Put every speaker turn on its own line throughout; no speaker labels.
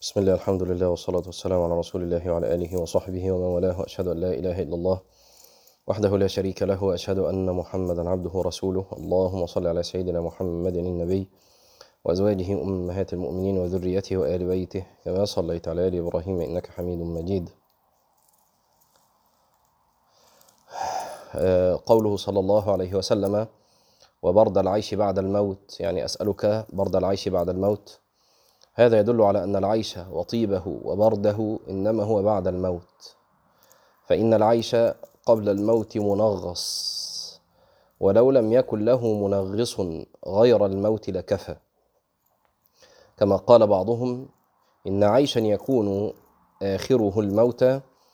بسم الله، الحمد لله، والصلاة والسلام على رسول الله وعلى آله وصحبه ومن والاه، وأشهد أن لا إله إلا الله وحده لا شريك له، وأشهد أن محمدا عبده ورسوله. اللهم صل على سيدنا محمد النبي وأزواجه أمهات المؤمنين وذريته وآل بيته كما صليت على آل إبراهيم إنك حميد مجيد. قوله صلى الله عليه وسلم: وبرد العيش بعد الموت، يعني أسألك برد العيش بعد الموت. هذا يدل على أن العيش وطيبه وبرده إنما هو بعد الموت، فإن العيش قبل الموت منغص، ولو لم يكن له منغص غير الموت لكفى. كما قال بعضهم: إن عيشا يكون آخره الموت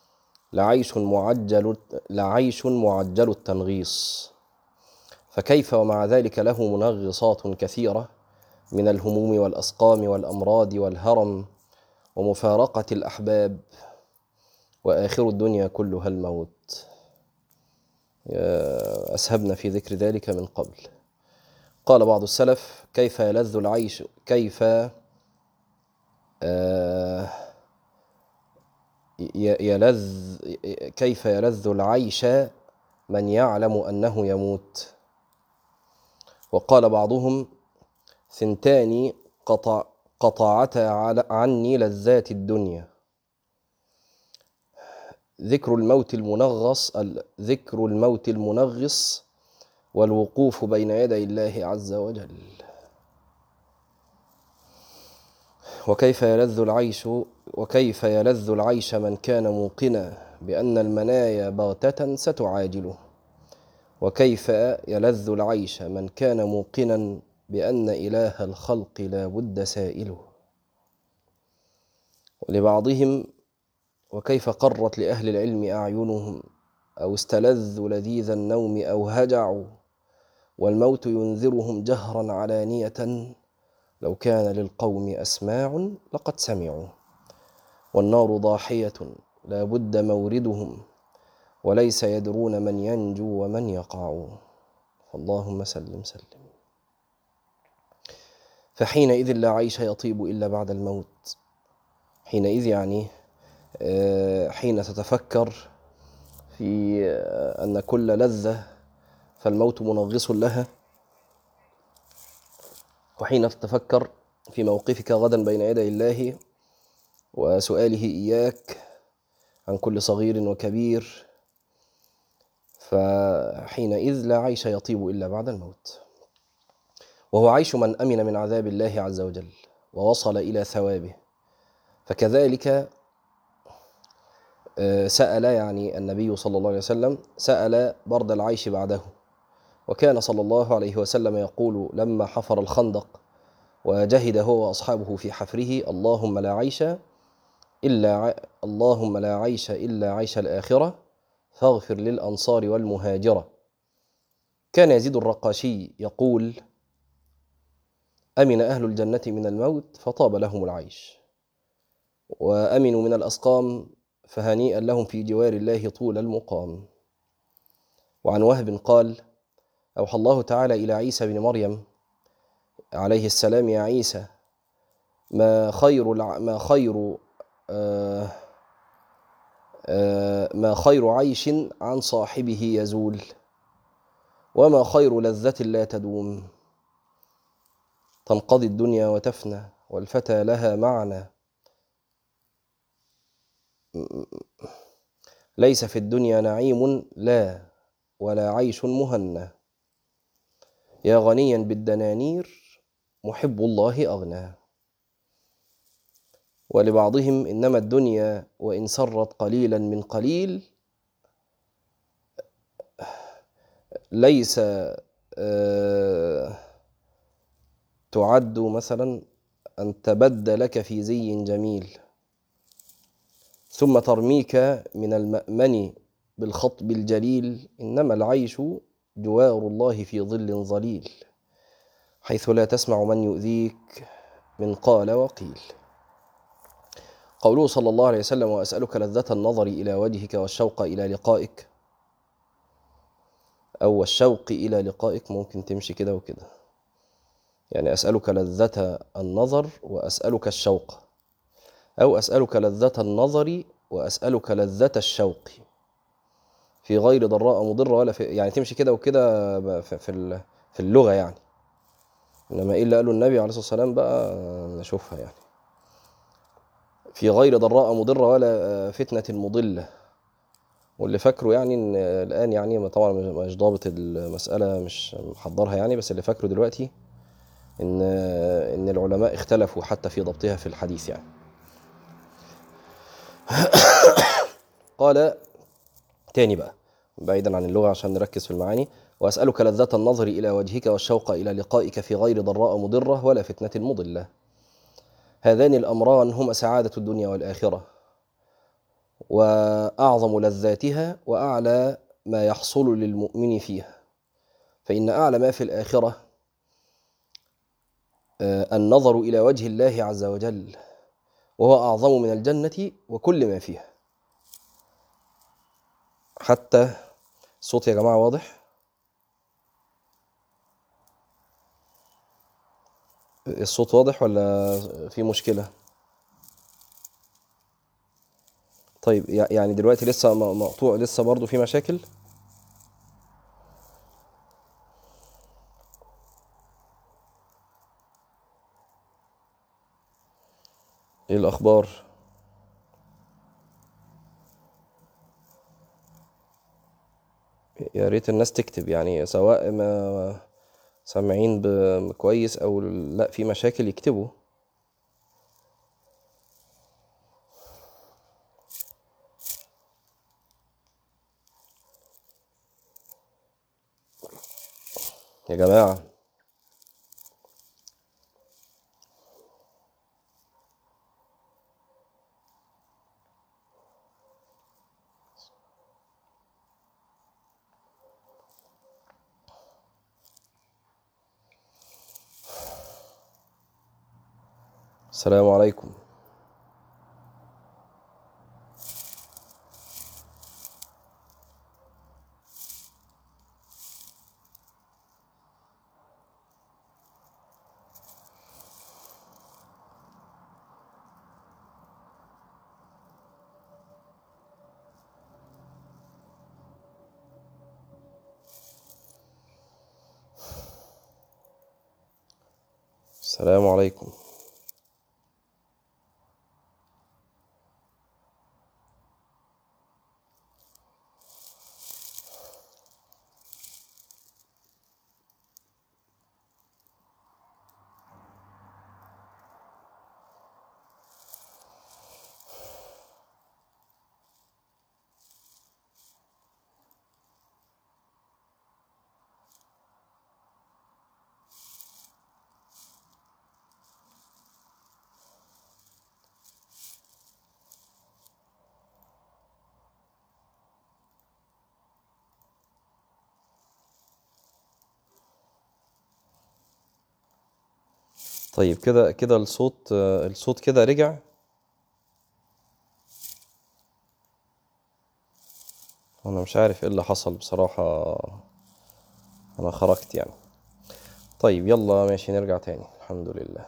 لعيش معجل التنغيص، فكيف ومع ذلك له منغصات كثيرة من الهموم والأسقام والأمراض والهرم ومفارقة الأحباب، وآخر الدنيا كلها الموت. أسهبنا في ذكر ذلك من قبل. قال بعض السلف: كيف يلذ العيش كيف يلذ العيش من يعلم أنه يموت. وقال بعضهم: ثنتان قطعتا عني لذات الدنيا: ذكر الموت المنغص والوقوف بين يدي الله عز وجل. وكيف يلذ العيش من كان موقنا بأن المنايا بغتة ستعاجله. وكيف يلذ العيش من كان موقنا بأن إله الخلق لا بد سائله. ولبعضهم: وكيف قرت لأهل العلم أعينهم أو استلذوا لذيذ النوم أو هجعوا، والموت ينذرهم جهرا علانية، لو كان للقوم أسماع لقد سمعوا، والنار ضاحية لا بد موردهم، وليس يدرون من ينجو ومن يقع. اللهم سلم سلم. فحينئذ لا عيش يطيب إلا بعد الموت. حينئذ يعني حين تتفكر في أن كل لذة فالموت منغص لها، وحين تتفكر في موقفك غدا بين يدي الله وسؤاله إياك عن كل صغير وكبير، فحينئذ لا عيش يطيب إلا بعد الموت، وهو عيش من أمن من عذاب الله عز وجل ووصل إلى ثوابه. فكذلك سأل يعني النبي صلى الله عليه وسلم سأل برد العيش بعده، وكان صلى الله عليه وسلم يقول لما حفر الخندق وجهد هو وأصحابه في حفره: اللهم لا عيش إلا عيش الآخرة، فاغفر للأنصار والمهاجرة. كان يزيد الرقاشي يقول: أمن أهل الجنة من الموت فطاب لهم العيش، وأمنوا من الأسقام فهنيئا لهم في جوار الله طول المقام. وعن وهب قال: أوحى الله تعالى إلى عيسى بن مريم عليه السلام: يا عيسى، ما خير عيش عن صاحبه يزول، وما خير لذة لا تدوم. تنقضي الدنيا وتفنى، والفتى لها معنى. ليس في الدنيا نعيم لا، ولا عيش مهنى. يا غنيا بالدنانير، محب الله أغنى. ولبعضهم: إنما الدنيا وإن سرت قليلا من قليل، ليس تعد مثلا أن تبد لك في زي جميل ثم ترميك من المأمن بالخطب الجليل. إنما العيش جوار الله في ظل ظليل، حيث لا تسمع من يؤذيك من قال وقيل. قوله صلى الله عليه وسلم: وأسألك لذة النظر إلى وجهك والشوق إلى لقائك، أو الشوق إلى لقائك، ممكن تمشي كده وكده، يعني أسألك لذة النظر وأسألك الشوق. أو أسألك لذة النظر وأسألك لذة الشوق في غير ضراء مضرة ولا في، يعني تمشي كده وكده في اللغة يعني. إنما إيه اللي قاله النبي عليه الصلاة والسلام بقى نشوفها يعني. في غير ضراء مضرة ولا فتنة مضلة. واللي فاكره يعني إن الآن يعني طبعا مش ضابط المسألة، مش محضرها يعني، بس اللي فاكره دلوقتي إن العلماء اختلفوا حتى في ضبطها في الحديث يعني. قال تاني بقى بعيدا عن اللغة عشان نركز في المعاني: وأسألك لذة النظر إلى وجهك والشوق إلى لقائك في غير ضراء مضرة ولا فتنة مضلة. هذان الأمران هما سعادة الدنيا والآخرة، وأعظم لذاتها وأعلى ما يحصل للمؤمن فيها. فإن أعلى ما في الآخرة النظر إلى وجه الله عز وجل، وهو أعظم من الجنة وكل ما فيها. حتى الصوت يا جماعة واضح؟ الصوت واضح ولا في مشكلة؟ طيب يعني دلوقتي لسه مقطوع، لسه برضو في مشاكل؟ ايه الأخبار؟ يا ريت الناس تكتب يعني، سواء ما سامعين كويس أو لا في مشاكل يكتبوا. يا جماعة السلام عليكم. السلام عليكم. طيب كده الصوت كده رجع. انا مش عارف ايه اللي حصل بصراحة، انا خرجت يعني. طيب يلا ماشي نرجع تاني. الحمد لله.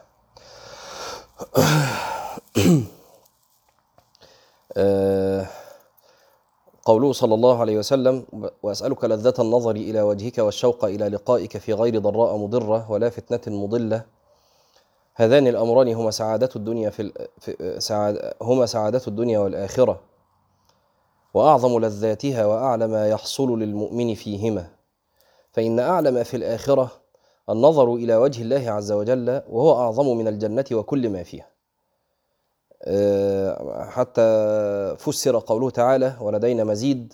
قوله صلى الله عليه وسلم: وأسألك لذة النظر إلى وجهك والشوق إلى لقائك في غير ضراء مضرة ولا فتنة مضلة. هذان الأمران هما سعادة الدنيا هما سعادة الدنيا والآخرة، وأعظم لذاتها وأعلى ما يحصل للمؤمن فيهما. فإن أعلى ما في الآخرة النظر إلى وجه الله عز وجل، وهو أعظم من الجنة وكل ما فيها. حتى فسر قوله تعالى: ولدينا مزيد،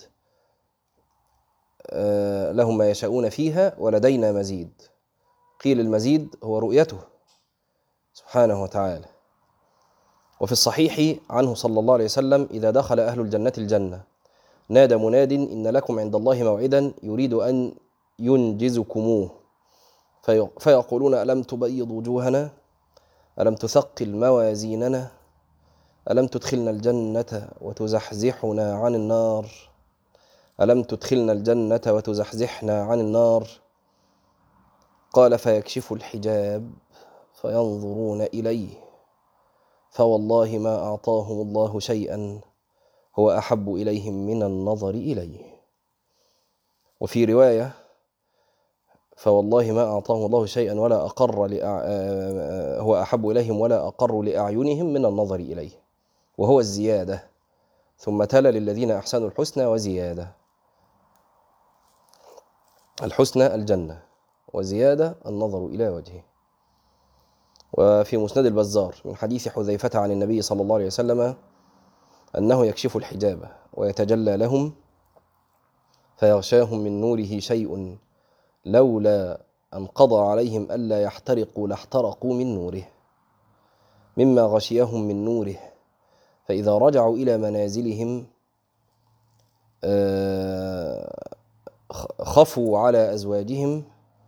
لهم ما يشاءون فيها ولدينا مزيد. قيل المزيد هو رؤيته سبحانه وتعالى. وفي الصحيح عنه صلى الله عليه وسلم: إذا دخل أهل الجنة الجنة نادى مناد: إن لكم عند الله موعدا يريد أن ينجزكموه. فيقولون: ألم تبيض وجوهنا؟ ألم تثقل موازيننا؟ ألم تدخلنا الجنة وتزحزحنا عن النار؟ ألم تدخلنا الجنة وتزحزحنا عن النار؟ قال: فيكشف الحجاب فينظرون إليه فوالله ما أعطاهم الله شيئا هو أحب إليهم من النظر إليه. وفي رواية فوالله ما أعطاهم الله شيئا ولا أقر هو أحب إليهم ولا أقر لأعينهم من النظر إليه، وهو الزيادة. ثم تلا للذين أحسنوا الحسنى وزيادة. الحسنى الجنة، وزيادة النظر إلى وجهه. وفي مسند البزار من حديث حذيفة عن النبي صلى الله عليه وسلم أنه يكشف الحجاب ويتجلى لهم فيغشاهم من نوره شيء لولا أن قضى عليهم ألا يحترقوا لاحترقوا من نوره، مما غشيهم من نوره. فإذا رجعوا إلى منازلهم خفوا على أزواجهم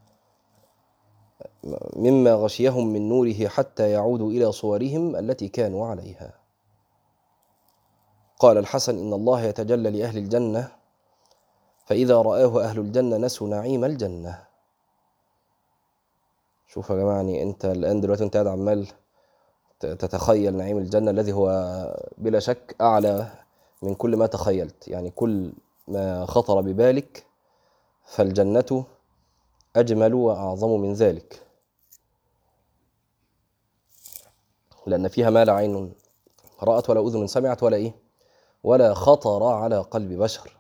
مما غشيهم من نوره حتى يعودوا إلى صورهم التي كانوا عليها. قال الحسن: إن الله يتجلى لأهل الجنة فإذا رآه أهل الجنة نسوا نعيم الجنة. شوف يا جماعة، يعني أنت الآن دلوقتي أنت قاعد عمال تتخيل نعيم الجنة الذي هو بلا شك أعلى من كل ما تخيلت. يعني كل ما خطر ببالك فالجنة أجمل وأعظم من ذلك، لأن فيها ما لا عين رأت ولا أذن سمعت ولا خطر على قلب بشر.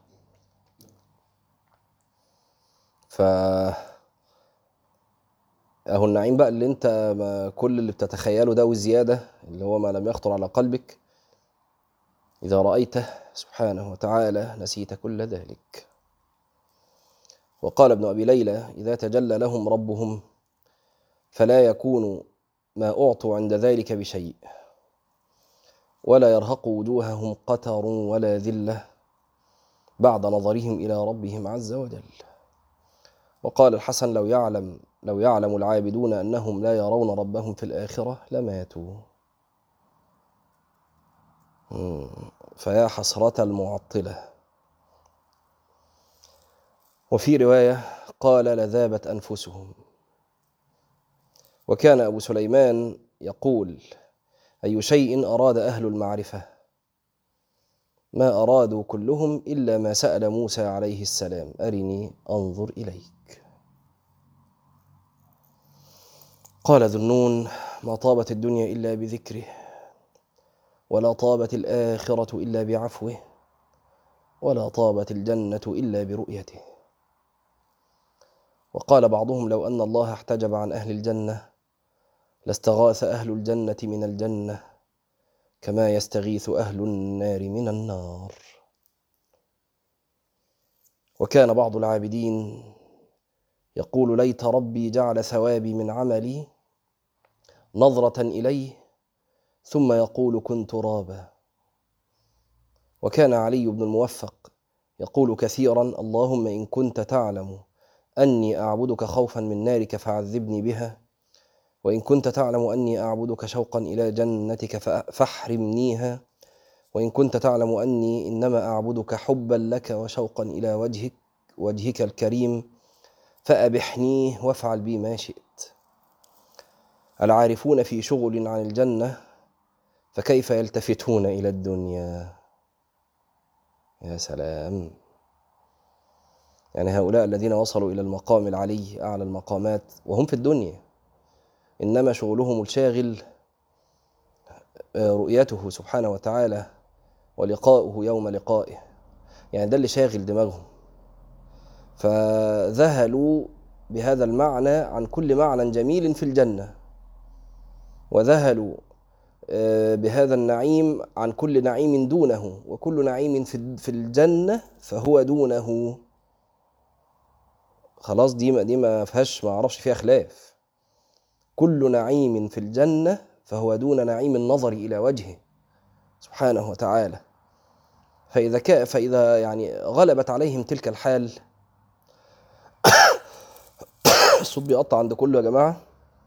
أهو النعيم بقى اللي أنت كل اللي بتتخيله ده والزيادة اللي هو ما لم يخطر على قلبك، إذا رأيته سبحانه وتعالى نسيت كل ذلك. وقال ابن أبي ليلى: إذا تجلى لهم ربهم فلا يكون ما أعطوا عند ذلك بشيء، ولا يرهق وجوههم قتر ولا ذلة بعد نظرهم إلى ربهم عز وجل. وقال الحسن: لو يعلم العابدون أنهم لا يرون ربهم في الآخرة لماتوا. فيا حسرة المعطلة. وفي رواية قال: لذابت أنفسهم. وكان أبو سليمان يقول: أي شيء أراد أهل المعرفة ما أرادوا كلهم إلا ما سأل موسى عليه السلام: أرني أنظر إليك. قال ذو النون: ما طابت الدنيا إلا بذكره، ولا طابت الآخرة إلا بعفوه، ولا طابت الجنة إلا برؤيته. وقال بعضهم: لو أن الله احتجب عن أهل الجنة لاستغاث أهل الجنة من الجنة كما يستغيث أهل النار من النار. وكان بعض العابدين يقول: ليت ربي جعل ثوابي من عملي نظرة إليه ثم يقول: كن ترابا. وكان علي بن الموفق يقول كثيرا: اللهم إن كنت تعلم أني أعبدك خوفا من نارك فعذبني بها، وإن كنت تعلم أني أعبدك شوقا إلى جنتك فاحرمنيها، وإن كنت تعلم أني إنما أعبدك حبا لك وشوقا إلى وجهك الكريم فأبحنيه وافعل بي ما شئت. العارفون في شغل عن الجنة فكيف يلتفتون إلى الدنيا؟ يا سلام! يعني هؤلاء الذين وصلوا إلى المقام العلي أعلى المقامات وهم في الدنيا، إنما شغلهم الشاغل رؤيته سبحانه وتعالى ولقاؤه يوم لقائه. يعني ده اللي شاغل دماغهم، فذهلوا بهذا المعنى عن كل معنى جميل في الجنة، وذهلوا بهذا النعيم عن كل نعيم دونه، وكل نعيم في الجنة فهو دونه. خلاص، دي ما فيهاش، ما اعرفش فيها خلاف. كل نعيم في الجنة فهو دون نعيم النظر إلى وجهه سبحانه وتعالى. فإذا يعني غلبت عليهم تلك الحال. الصوت بيقطع عند كله يا جماعة.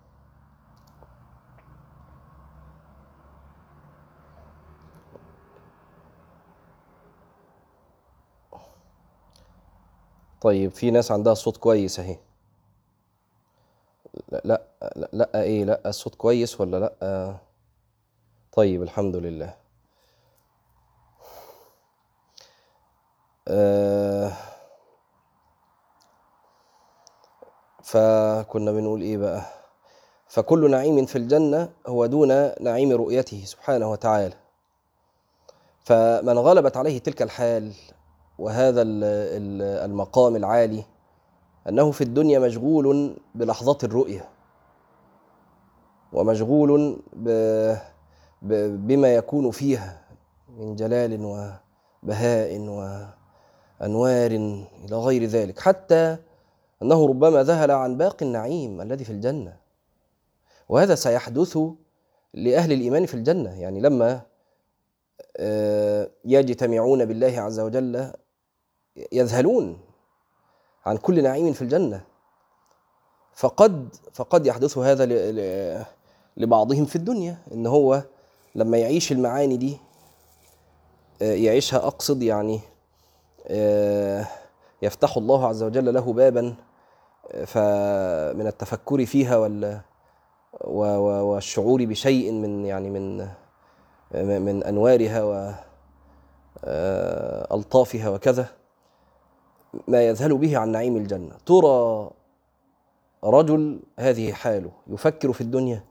طيب، في ناس عندها الصوت كويس اهي. لا لا لا, لا ايه لا الصوت كويس ولا لا؟ طيب الحمد لله. فكنا بنقول إيه بقى؟ فكل نعيم في الجنة هو دون نعيم رؤيته سبحانه وتعالى. فمن غلبت عليه تلك الحال وهذا المقام العالي، أنه في الدنيا مشغول بلحظات الرؤية، ومشغول بما يكون فيها من جلال وبهاء وأنوار إلى غير ذلك، حتى أنه ربما ذهل عن باقي النعيم الذي في الجنة. وهذا سيحدث لأهل الإيمان في الجنة، يعني لما يجتمعون بالله عز وجل يذهلون عن كل نعيم في الجنة. فقد يحدث هذا لبعضهم في الدنيا، إن هو لما يعيش المعاني دي يعيشها، أقصد يعني يفتح الله عز وجل له بابا فمن التفكر فيها والشعور بشيء من يعني من أنوارها وألطافها وكذا، ما يذهل به عن نعيم الجنة. ترى رجل هذه حاله يفكر في الدنيا.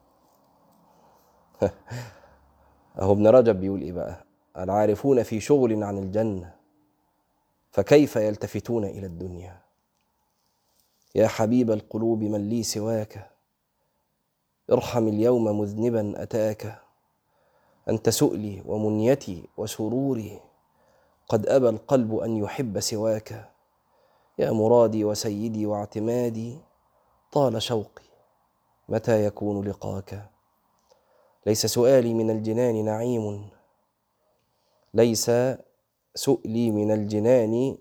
أهو ابن رجب بيقول إيه بقى؟ العارفون في شغل عن الجنة فكيف يلتفتون إلى الدنيا. يا حبيب القلوب من لي سواك، ارحم اليوم مذنبا أتاك. أنت سؤلي ومنيتي وسروري، قد أبى القلب أن يحب سواك. يا مرادي وسيدي واعتمادي، طال شوقي متى يكون لقاك. ليس سؤالي من الجنان نعيم، ليس سؤلي من الجنان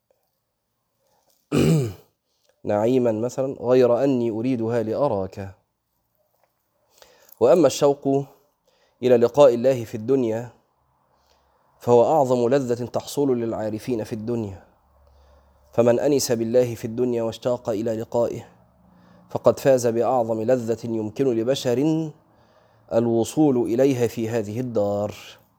نعيما مثلا، غير أني أريدها لأراك. وأما الشوق إلى لقاء الله في الدنيا فهو أعظم لذة تحصل للعارفين في الدنيا. فمن أنس بالله في الدنيا واشتاق إلى لقائه فقد فاز بأعظم لذة يمكن لبشر الوصول إليها في هذه الدار.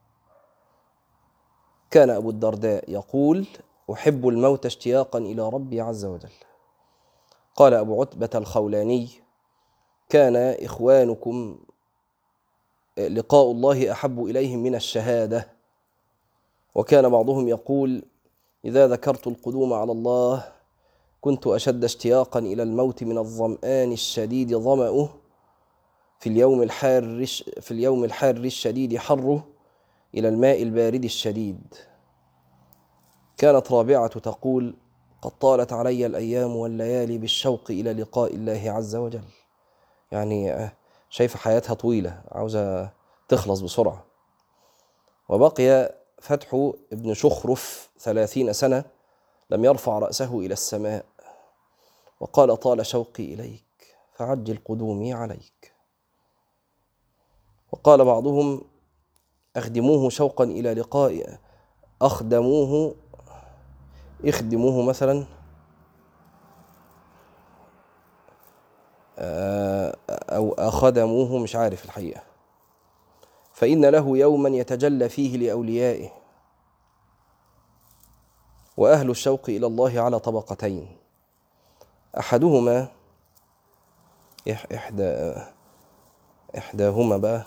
كان أبو الدرداء يقول: أحب الموت اشتياقا إلى ربي عز وجل. قال أبو عتبة الخولاني: كان إخوانكم لقاء الله أحب إليهم من الشهادة. وكان بعضهم يقول: إذا ذكرت القدوم على الله كنت أشد اشتياقا إلى الموت من الظمآن الشديد ظمأه، في اليوم الحار الشديد حره، إلى الماء البارد الشديد. كانت رابعة تقول: قد طالت علي الأيام والليالي بالشوق إلى لقاء الله عز وجل. يعني شايفة حياتها طويلة، عاوزة تخلص بسرعة. وبقي فتح ابن شخرف 30 سنة لم يرفع رأسه إلى السماء، وقال: طال شوقي إليك فعجل قدومي عليك. وقال بعضهم: أخدموه شوقا إلى لقاء، اخدموه مثلا، أو أخدموه، مش عارف الحقيقة، فإن له يوما يتجلى فيه لأوليائه. وأهل الشوق إلى الله على طبقتين، أحدهما إحداهما بقى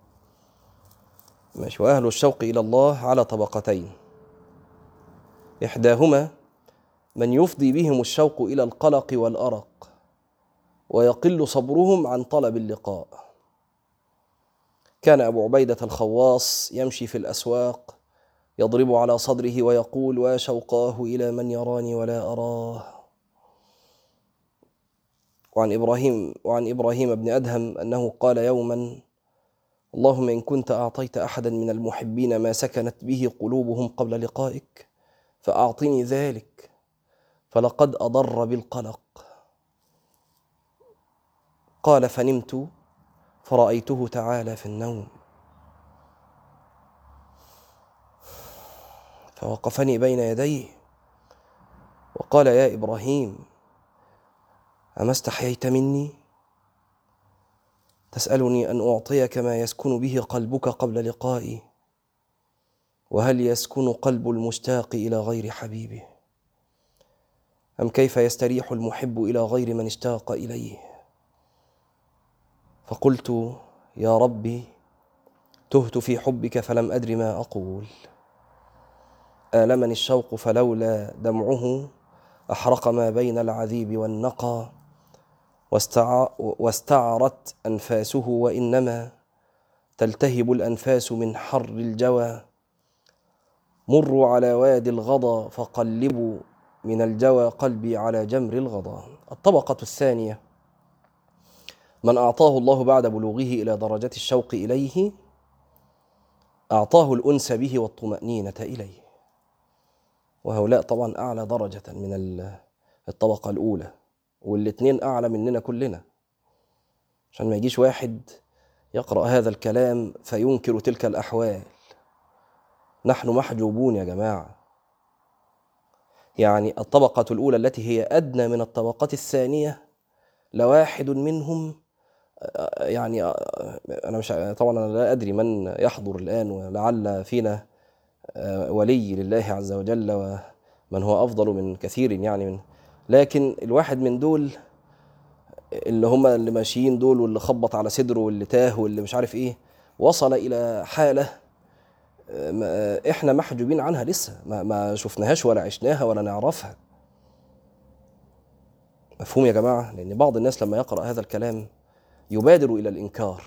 ماشي. وأهل الشوق إلى الله على طبقتين، إحداهما من يفضي بهم الشوق إلى القلق والأرق ويقل صبرهم عن طلب اللقاء. كان أبو عبيدة الخواص يمشي في الأسواق يضرب على صدره ويقول: وشوقاه إلى من يراني ولا أراه. وعن إبراهيم بن أدهم أنه قال يوما: اللهم إن كنت أعطيت أحدا من المحبين ما سكنت به قلوبهم قبل لقائك فأعطني ذلك، فلقد أضر بالقلق. قال: فنمت فرأيته تعالى في النوم فوقفني بين يديه وقال: يا إبراهيم، أما استحييت مني؟ تسألني أن أعطيك ما يسكن به قلبك قبل لقائي، وهل يسكن قلب المشتاق إلى غير حبيبه؟ أم كيف يستريح المحب إلى غير من اشتاق إليه؟ فقلت يا ربي تهت في حبك فلم أدر ما أقول، آلمني الشوق فلولا دمعه أحرق ما بين العذيب والنقى، واستعرت أنفاسه وإنما تلتهب الأنفاس من حر الجوى. مروا على وادي الغضا فقلبوا من الجوى قلبي على جمر الغضا. الطبقة الثانية: من أعطاه الله بعد بلوغه إلى درجة الشوق إليه أعطاه الأنس به والطمأنينة إليه، وهؤلاء طبعا أعلى درجة من الطبقة الأولى، والاتنين أعلى مننا كلنا، عشان ما يجيش واحد يقرأ هذا الكلام فينكر تلك الأحوال. نحن محجوبون يا جماعة. يعني الطبقة الأولى التي هي أدنى من الطبقة الثانية لواحد منهم، يعني أنا مش طبعا أنا لا أدري من يحضر الآن، ولعل فينا ولي لله عز وجل ومن هو أفضل من كثير يعني لكن الواحد من دول اللي هم اللي ماشيين دول، واللي خبط على صدره واللي تاه واللي مش عارف إيه، وصل إلى حالة إحنا محجوبين عنها، لسه ما شفناهاش ولا عشناها ولا نعرفها. مفهوم يا جماعة؟ لأن بعض الناس لما يقرأ هذا الكلام يبادر إلى الإنكار،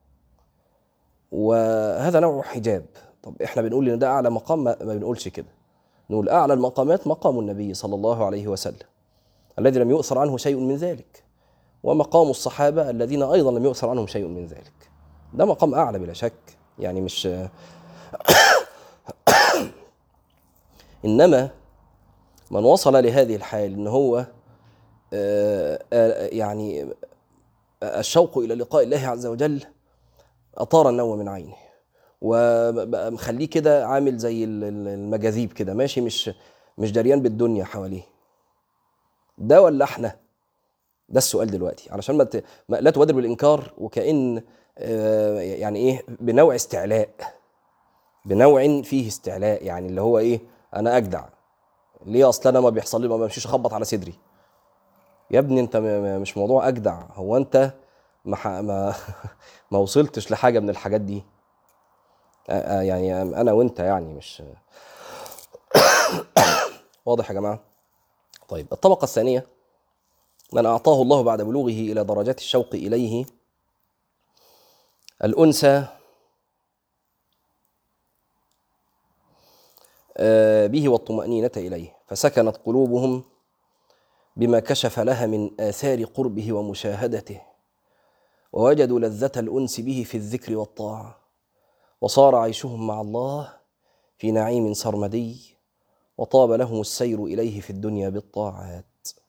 وهذا نوع حجاب. طب إحنا بنقول إن ده أعلى مقام؟ ما بنقولش كده، نقول أعلى المقامات مقام النبي صلى الله عليه وسلم الذي لم يؤثر عنه شيء من ذلك، ومقام الصحابة الذين أيضا لم يؤثر عنهم شيء من ذلك. ده مقام أعلى بلا شك، يعني مش إنما من وصل لهذه الحال إن هو يعني الشوق إلى لقاء الله عز وجل أطار النوم من عينه، ومخليه كده عامل زي المجاذيب كده ماشي، مش جريان بالدنيا حواليه. ده ولا احنا؟ ده السؤال دلوقتي، علشان لا تبادر بالإنكار وكأن يعني إيه، بنوع استعلاء، بنوع فيه استعلاء، يعني اللي هو إيه، أنا أجدع ليه؟ أصلا أنا ما بيحصل لي، ما بمشيش أخبط على صدري. يا ابني أنت مش موضوع أجدع، هو أنت ما ما وصلتش لحاجة من الحاجات دي. يعني أنا وأنت يعني مش واضح يا جماعة؟ طيب الطبقة الثانية: من أعطاه الله بعد بلوغه إلى درجات الشوق إليه الأنس به والطمأنينة إليه، فسكنت قلوبهم بما كشف لها من آثار قربه ومشاهدته، ووجدوا لذة الأنس به في الذكر والطاعة، وصار عيشهم مع الله في نعيم سرمدي، وطاب لهم السير إليه في الدنيا بالطاعات.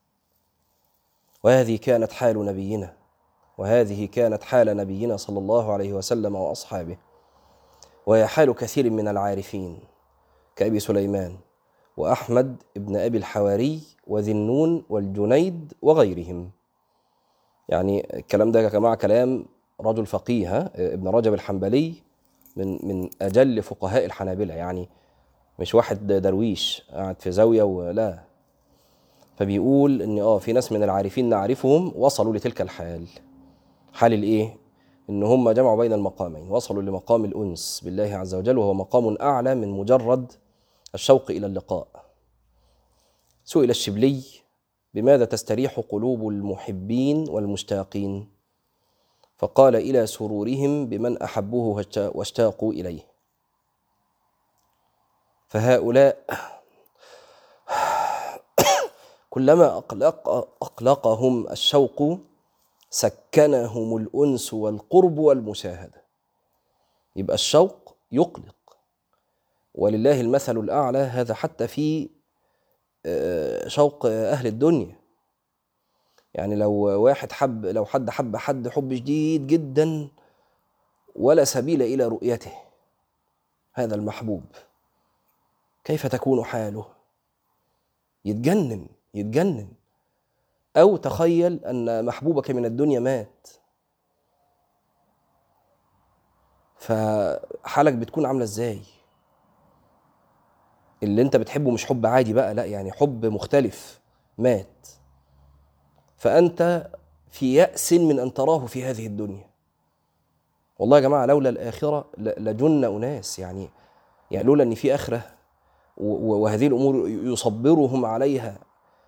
وهذه كانت حال نبينا، وهذه كانت حال نبينا صلى الله عليه وسلم وأصحابه، وهي حال كثير من العارفين كأبي سليمان وأحمد ابن أبي الحواري وذي النون والجنيد وغيرهم. يعني الكلام ده يا جماعة كلام رجل فقيه، ابن رجب الحنبلي، من أجل فقهاء الحنابلة، يعني مش واحد درويش قاعد في زاوية ولا. فبيقول إن في ناس من العارفين نعرفهم وصلوا لتلك الحال، حال الإيه؟ إن هم جمعوا بين المقامين، وصلوا لمقام الأنس بالله عز وجل، وهو مقام أعلى من مجرد الشوق إلى اللقاء. سئل الشبلي: بماذا تستريح قلوب المحبين والمشتاقين؟ فقال: إلى سرورهم بمن أحبوه واشتاقوا إليه. فهؤلاء كلما أقلقهم الشوق سكنهم الأنس والقرب والمشاهدة. يبقى الشوق يقلق، ولله المثل الأعلى، هذا حتى في شوق أهل الدنيا. يعني لو حد حب حب شديد جدا ولا سبيل إلى رؤيته هذا المحبوب، كيف تكون حاله؟ يتجنن. أو تخيل أن محبوبك من الدنيا مات، فحالك بتكون عاملة ازاي؟ اللي انت بتحبه مش حب عادي بقى، لا يعني حب مختلف مات، فأنت في يأس من أن تراه في هذه الدنيا. والله يا جماعة لولا الآخرة لجن أناس، يعني لولا أن في آخرة وهذه الأمور يصبرهم عليها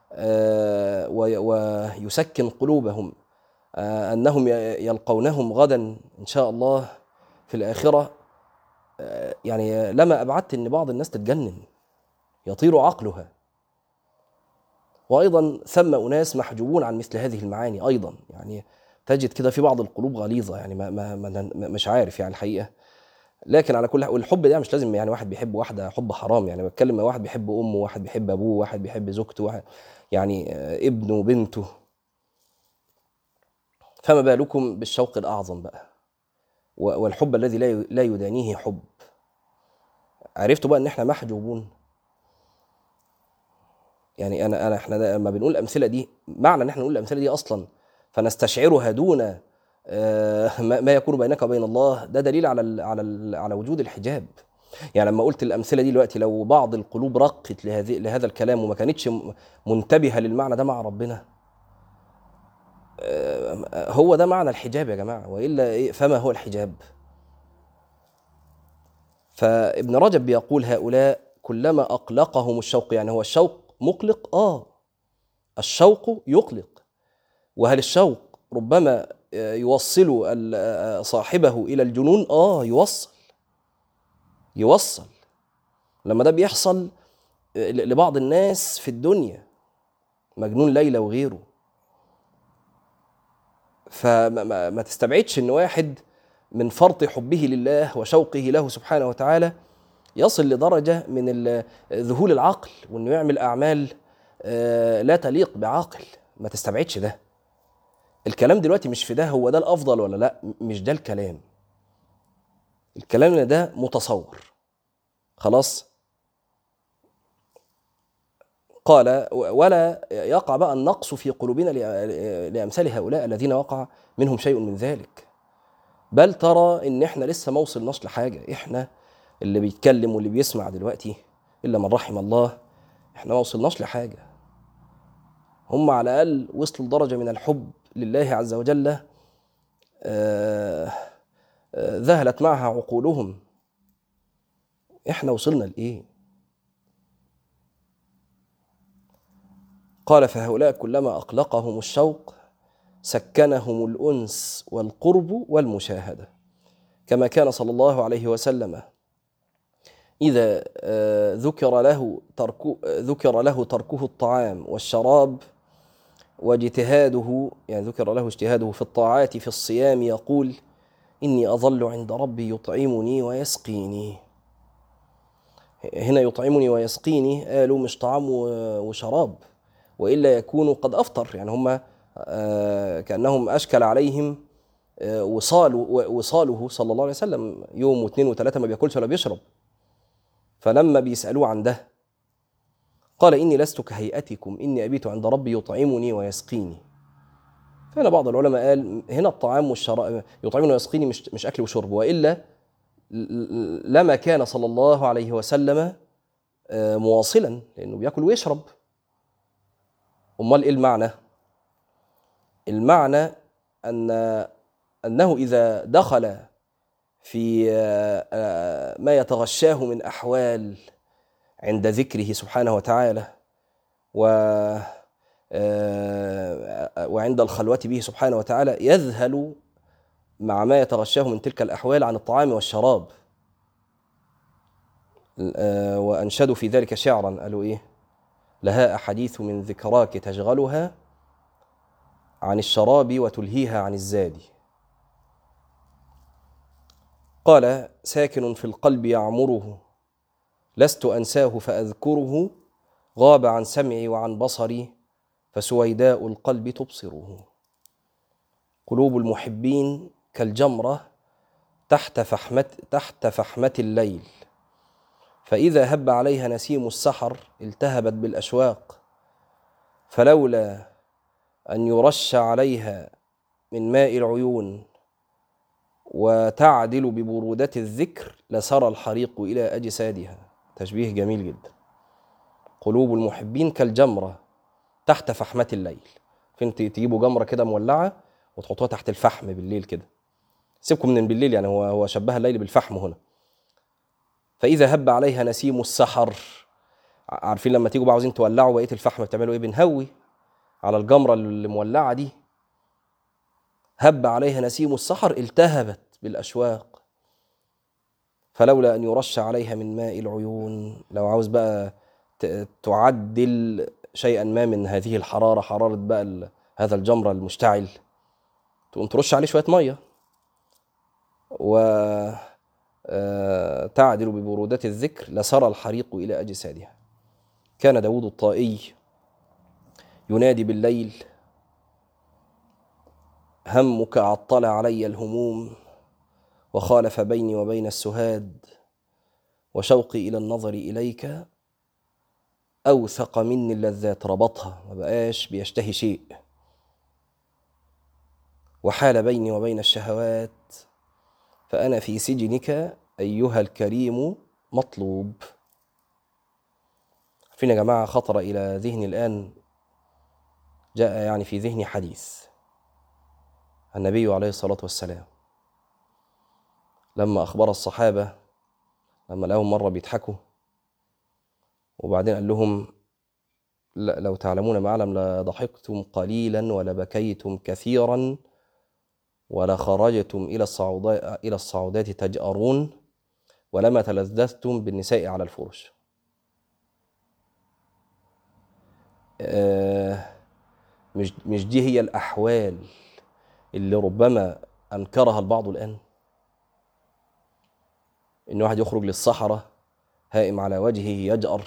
ويسكن قلوبهم أنهم يلقونهم غدا إن شاء الله في الآخرة، يعني لما أبعدت أن بعض الناس تتجنن يطير عقلها. وأيضا ثم أناس محجوبون عن مثل هذه المعاني أيضا، يعني تجد كده في بعض القلوب غليظة، يعني مش عارف يعني الحقيقة. لكن على كل حال، والحب ده مش لازم يعني واحد بيحب واحدة حب حرام، يعني بتكلم مع واحد بيحب أمه، واحد بيحب أبوه، واحد بيحب زوجته، واحد يعني ابنه وبنته، فما بالكم بالشوق الأعظم بقى والحب الذي لا يدانيه حب. عرفتوا بقى إن إحنا محجوبون. يعني احنا لما بنقول الامثله دي، معنى ان احنا نقول الامثله دي اصلا فنستشعرها دون ما يكون بينك وبين الله، ده دليل على وجود الحجاب. يعني لما قلت الامثله دي دلوقتي، لو بعض القلوب رقت لهذا الكلام وما كانتش منتبهه للمعنى ده مع ربنا، هو ده معنى الحجاب يا جماعه، والا إيه؟ فما هو الحجاب؟ فابن رجب بيقول هؤلاء كلما اقلقهم الشوق، يعني هو الشوق مقلق، الشوق يقلق. وهل الشوق ربما يوصل صاحبه إلى الجنون؟ يوصل. لما ده بيحصل لبعض الناس في الدنيا، مجنون ليلى وغيره، فما تستبعدش ان واحد من فرط حبه لله وشوقه له سبحانه وتعالى يصل لدرجة من ذهول العقل، وانه يعمل أعمال لا تليق بعاقل. ما تستبعدش ده. الكلام دلوقتي مش في ده هو ده الأفضل ولا لا، مش ده الكلام. الكلام ده متصور خلاص. قال ولا يقع بقى النقص في قلوبنا لأمثال هؤلاء الذين وقع منهم شيء من ذلك، بل ترى ان احنا لسه ما وصلناش لحاجة. احنا اللي بيتكلم واللي بيسمع دلوقتي إلا من رحم الله، احنا ما وصلناش لحاجة. هم على الأقل وصلوا لدرجة من الحب لله عز وجل ذهلت معها عقولهم. احنا وصلنا لإيه؟ قال فهؤلاء كلما أقلقهم الشوق سكنهم الأنس والقرب والمشاهدة، كما كان صلى الله عليه وسلم إذا ذكر له تركه الطعام والشراب واجتهاده، يعني ذكر له اجتهاده في الطاعات في الصيام، يقول إني أظل عند ربي يطعمني ويسقيني. هنا يطعمني ويسقيني قالوا مش طعام وشراب، وإلا يكونوا قد أفطر، يعني هم كأنهم أشكل عليهم وصاله صلى الله عليه وسلم يوم واثنين وثلاثة ما بياكلش ولا بيشرب. فلما بيسألوه عن ده قال إني لست كهيئتكم، إني أبيت عند ربي يطعمني ويسقيني. فهنا بعض العلماء قال هنا الطعام والشراب يطعمني ويسقيني مش أكل وشرب، وإلا لما كان صلى الله عليه وسلم مواصلا، لأنه بياكل ويشرب. أمال إيه المعنى؟ المعنى أنه إذا دخل في ما يتغشاه من أحوال عند ذكره سبحانه وتعالى وعند الخلوة به سبحانه وتعالى، يذهل مع ما يتغشاه من تلك الأحوال عن الطعام والشراب. وأنشدوا في ذلك شعرا، قالوا إيه؟ لها أحاديث من ذكراك تشغلها عن الشراب وتلهيها عن الزاد. قال ساكن في القلب يعمره لست أنساه فأذكره، غاب عن سمعي وعن بصري فسويداء القلب تبصره. قلوب المحبين كالجمرة تحت فحمة الليل، فإذا هب عليها نسيم السحر التهبت بالأشواق، فلولا أن يرش عليها من ماء العيون وتعدل ببرودة الذكر لسرى الحريق إلى أجسادها. تشبيه جميل جدا. قلوب المحبين كالجمرة تحت فحمة الليل. فين تجيبوا جمرة كده مولعة وتحطوها تحت الفحم بالليل كده، سيبكم من بالليل، يعني هو شبه الليل بالفحم هنا. فإذا هب عليها نسيم السحر، عارفين لما تيجوا بقى عاوزين تولعوا بقية الفحم بتعملوا إيه؟ بنهوي على الجمرة اللي مولعة دي. هب عليها نسيم السحر التهبت بالأشواق، فلولا أن يرش عليها من ماء العيون. لو عاوز بقى تعدل شيئا ما من هذه الحرارة، حرارة بقى هذا الجمرة المشتعل، تقوم ترش عليه شوية مية، وتعدل ببرودة الذكر لسرى الحريق إلى أجسادها. كان داود الطائي ينادي بالليل: همك عطل علي الهموم، وخالف بيني وبين السهاد، وشوقي إلى النظر إليك أوثق مني اللذات. ربطها، ما بقاش بيشتهي شيء. وحال بيني وبين الشهوات، فأنا في سجنك أيها الكريم مطلوب. فين يا جماعة خطر إلى ذهني الآن، جاء يعني في ذهني حديث النبي عليه الصلاة والسلام لما أخبر الصحابة، لما لهم مرة بيضحكوا وبعدين قال لهم: لو تعلمون ما أعلم لضحكتم قليلا ولبكيتم كثيرا ولخرجتم إلى الصعودات تجأرون ولما تلذذتم بالنساء على الفرش. مش دي هي الأحوال اللي ربما أنكرها البعض الآن؟ إن واحد يخرج للصحراء هائم على وجهه يجأر،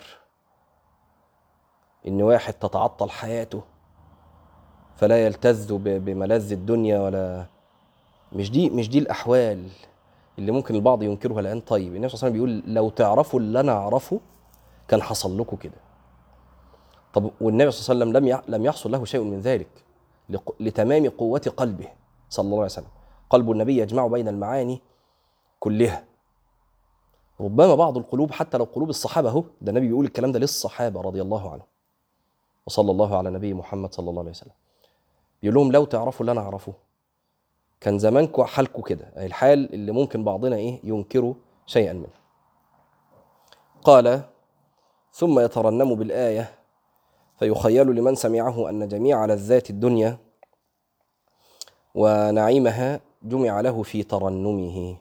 إن واحد تتعطل حياته فلا يلتذ بملذ الدنيا، ولا مش دي الأحوال اللي ممكن البعض ينكرها الآن. طيب النبي صلى الله عليه وسلم بيقول: لو تعرفوا اللي أنا أعرفه كان حصل لكم كده. طب والنبي صلى الله عليه وسلم لم يحصل له شيء من ذلك لتمام قوة قلبه صلى الله عليه وسلم. قلب النبي يجمع بين المعاني كلها. ربما بعض القلوب حتى لو قلوب الصحابة، اهو ده النبي بيقول الكلام ده للصحابة رضي الله عنهم، وصلى الله على نبي محمد صلى الله عليه وسلم. بيقول لهم: لو تعرفوا اللي أنا أعرفه كان زمانكم حالكم كده، أي الحال اللي ممكن بعضنا ينكروا شيئا منه. قال: ثم يترنم بالآية فيخيل لمن سمعه أن جميع لذات الدنيا ونعيمها جمع له في ترنمه.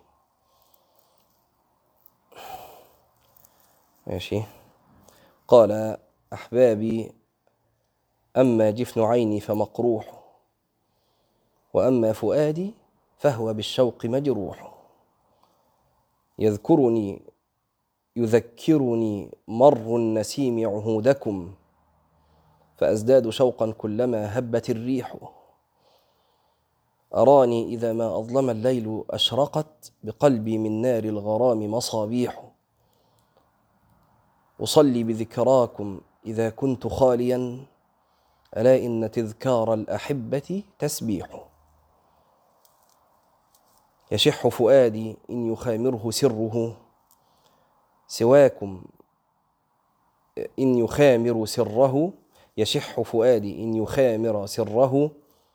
ماشي. قال: أحبابي، أما جفن عيني فمقروح، وأما فؤادي فهو بالشوق مجروح. يذكرني مر النسيم عهودكم، فأزداد شوقا كلما هبت الريح. أراني إذا ما أظلم الليل أشرقت بقلبي من نار الغرام مصابيح. أصلي بذكراكم إذا كنت خاليا، ألا إن تذكار الأحبة تسبيح. يشح فؤادي إن يخامره سره سواكم، إن يخامر سره. يشح فؤادي إن يخامر سره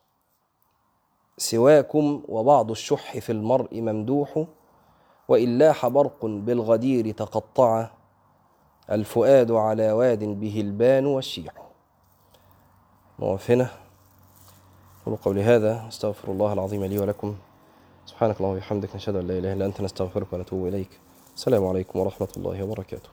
سواكم، وبعض الشح في المرء ممدوح. وإن لاح برق بالغدير تقطع، الفؤاد على واد به البان والشيح. نقف هنا. أقول قولي هذا، أستغفر الله العظيم لي ولكم. سبحانك اللهم وبحمدك، نشهد أن لا إله إلا أنت، نستغفرك ونتوب إليك. السلام عليكم ورحمة الله وبركاته.